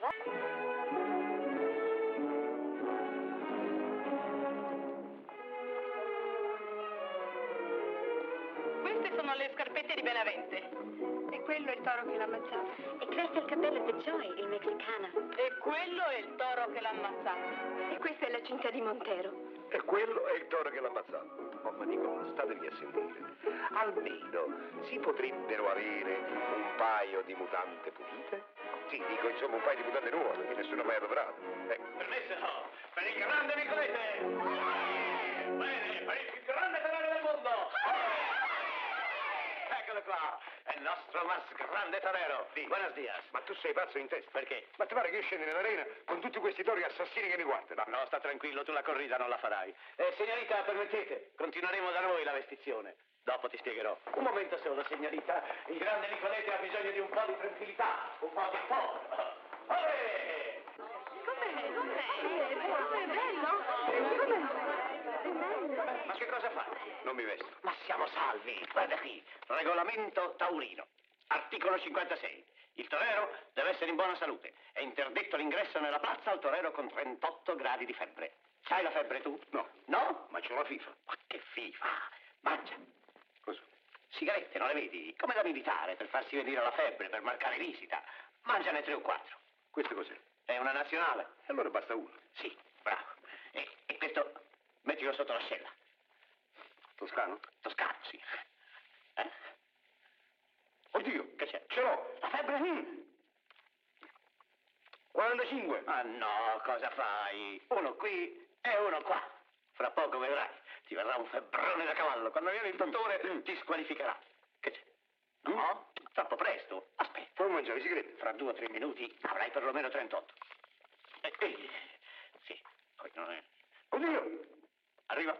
brava. Queste sono le scarpette di Benavente. E quello è il toro che l'ha ammazzato. E questo è il cappello di Joy, il messicano. E quello è il toro che l'ha ammazzato. E questa è la cinta di Montero. E quello è il toro che l'ha ammazzato. Oh, ma dico, statevi a sentire. Almeno si potrebbero avere un paio di mutande pulite? Sì, dico, insomma, un paio di mutande nuove, che nessuno ha mai adoprato. Permesso per il grande Nicolete! Bene, per il più grande torero del mondo! Eccolo qua, è il nostro más grande torero. Buenos dias. Ma tu sei pazzo in testa. Perché? Ma ti pare che io scendi nell'arena con tutti questi tori assassini che mi guardano? No, sta tranquillo, tu la corrida non la farai. Signorita, permettete, continueremo da noi la vestizione. Dopo ti spiegherò. Un momento solo, signorita. Il grande Nicolete ha bisogno di un po' di tranquillità, un po' di po'. Olè! Com'è? È bello? Ma che cosa fai? Non mi vesto. Ma siamo salvi, guarda qui. Regolamento taurino. Articolo 56. Il torero deve essere in buona salute. È interdetto l'ingresso nella piazza al torero con 38 gradi di febbre. Sai la febbre tu? No. No? Ma c'ho la FIFA. Ma che FIFA? Mangia. Cosa? Sigarette, non le vedi? Come da militare, per farsi venire la febbre, per marcare visita. Mangiane 3 o 4. Questo cos'è? È una nazionale. E allora basta uno. Sì, bravo. E questo mettilo sotto l'ascella. Toscano? Toscano, sì. Eh? Oddio, Che c'è? ce l'ho. La febbre? 45. Ah no, cosa fai? Uno qui e uno qua. Fra poco vedrai, ti verrà un febbrone da cavallo. Quando viene il dottore ti squalificherà. Che c'è? No? Troppo presto. Aspetta. Poi mangiare sigarette. Fra 2 o 3 minuti avrai perlomeno 38. Sì, poi non è... Oddio! Arriva?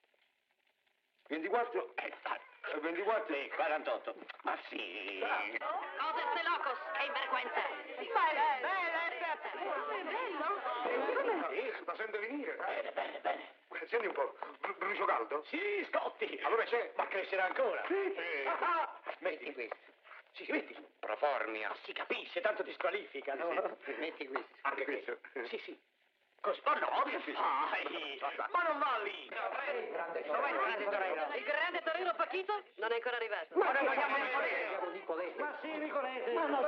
24. Dai. 24. Sì, 48. Ma sì. Cose locos, che vergüenza. Ma è bello? Sì, sta sento venire. Bene, bene. Senti un po', brucio caldo? Sì, Scotti. Allora c'è. Ma crescerà ancora. Sì. Metti questo. Sì, metti. Proformia. Si capisce, tanto ti squalificano. Sì. Metti questo. Anche questo? Sì, sì. Così. Oh no, che fai? Ma non va lì. Dov'è il grande torero? Il grande torero Pachito non è ancora arrivato. Ma noi vogliamo Nicolete. Ma sì, Nicolete. Ma no,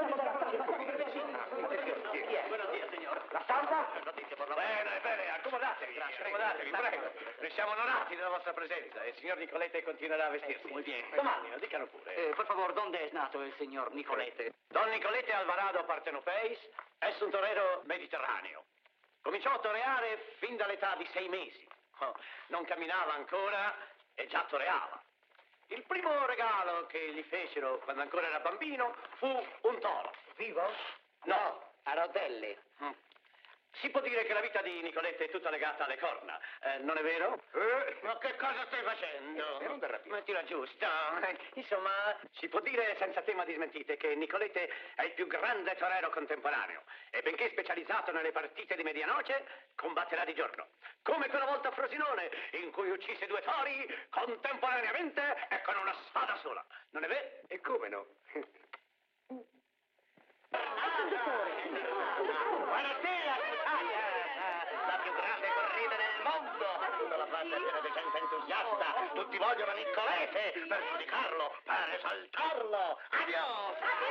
Buenos dias, signor. La stampa? Notizie per la... Bene, accomodatevi. Accomodatevi, prego. Noi siamo onorati della vostra presenza e il signor Nicolete continuerà a vestirsi. Muy bien. Domandino, dicano pure. Por favor, ¿dónde es nato el señor Nicolete? Don Nicolete Alvarado Partenopeis è un torero mediterraneo. Cominciò a toreare fin dall'età di 6 mesi. Oh, non camminava ancora e già toreava. Il primo regalo che gli fecero quando ancora era bambino fu un toro. ¿Vivo? No, A rotelle. Si può dire che la vita di Nicolette è tutta legata alle corna, non è vero? Ma che cosa stai facendo? Non t'arrabbiare. Mettila giusta. Insomma, si può dire senza tema di smentite che Nicolette è il più grande torero contemporaneo e benché specializzato nelle partite di medianoce, combatterà di giorno. Come quella volta a Frosinone, in cui uccise 2 tori contemporaneamente e con una spada sola. Non è vero? E come no? Buonasera, la più grande corrida del mondo. Tutta la plaza è piena di gente entusiasta. Tutti vogliono Nicolete per giudicarlo, per esaltarlo. Adios!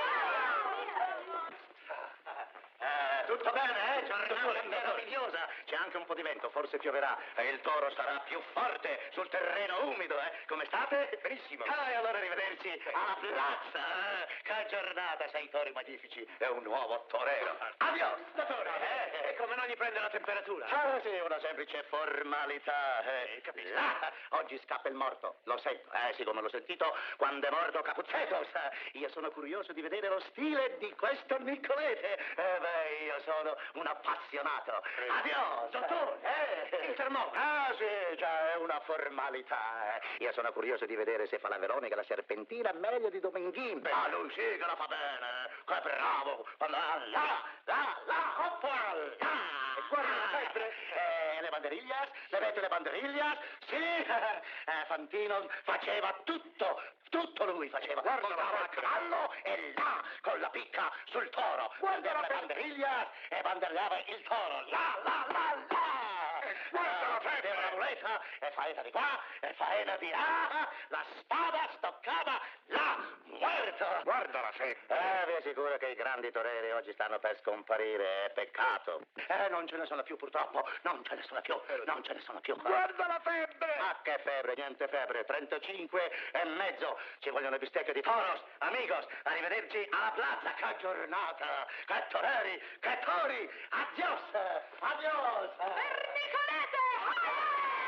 Tutto bene, giornata meravigliosa. C'è anche un po' di vento, forse pioverà e il toro sarà più forte sul terreno umido, Come state? Benissimo. E allora arrivederci alla piazza. Che giornata, 6 tori magnifici e un nuovo torero. Adios, dottore. E come non gli prende la temperatura? Ah, sì, una semplice formalità. Capisco. Là, oggi scappa il morto, lo sento. Sì, come l'ho sentito quando è morto Capuzzetto. Io sono curioso di vedere lo stile di questo Nicolete. Io sono un appassionato. Adios, dottore. Il termometro. Ah, sì, già è una formalità. Io sono curioso di vedere se fa la Veronica la serpentina meglio di Domenghin. Ah, lui sì che la fa bene. Che bravo. Là, hoppa. Guarda la febbre. Le banderillas? Le avete le banderillas? Sì, Fantino faceva tutto lui faceva. Montava a cavallo e là, con la picca sul toro. Prendeva le banderillas e banderellava il toro. Là. Prendeva la muleta e faena di qua e faena di là. La spada stoccava là, muerto. Guarda la febbre. Vi assicuro che i grandi toreri oggi stanno per scomparire, è peccato. Non ce ne sono più purtroppo, non ce ne sono più. Guarda la febbre. Ma che febbre, niente febbre, 35,5. Ci vogliono bistecche di toros, amigos, arrivederci alla plaza, che giornata, che toreri, che tori, adios. Per Nicolete!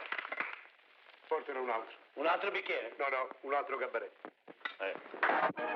Portene un altro. Un altro bicchiere? No, un altro cabaret.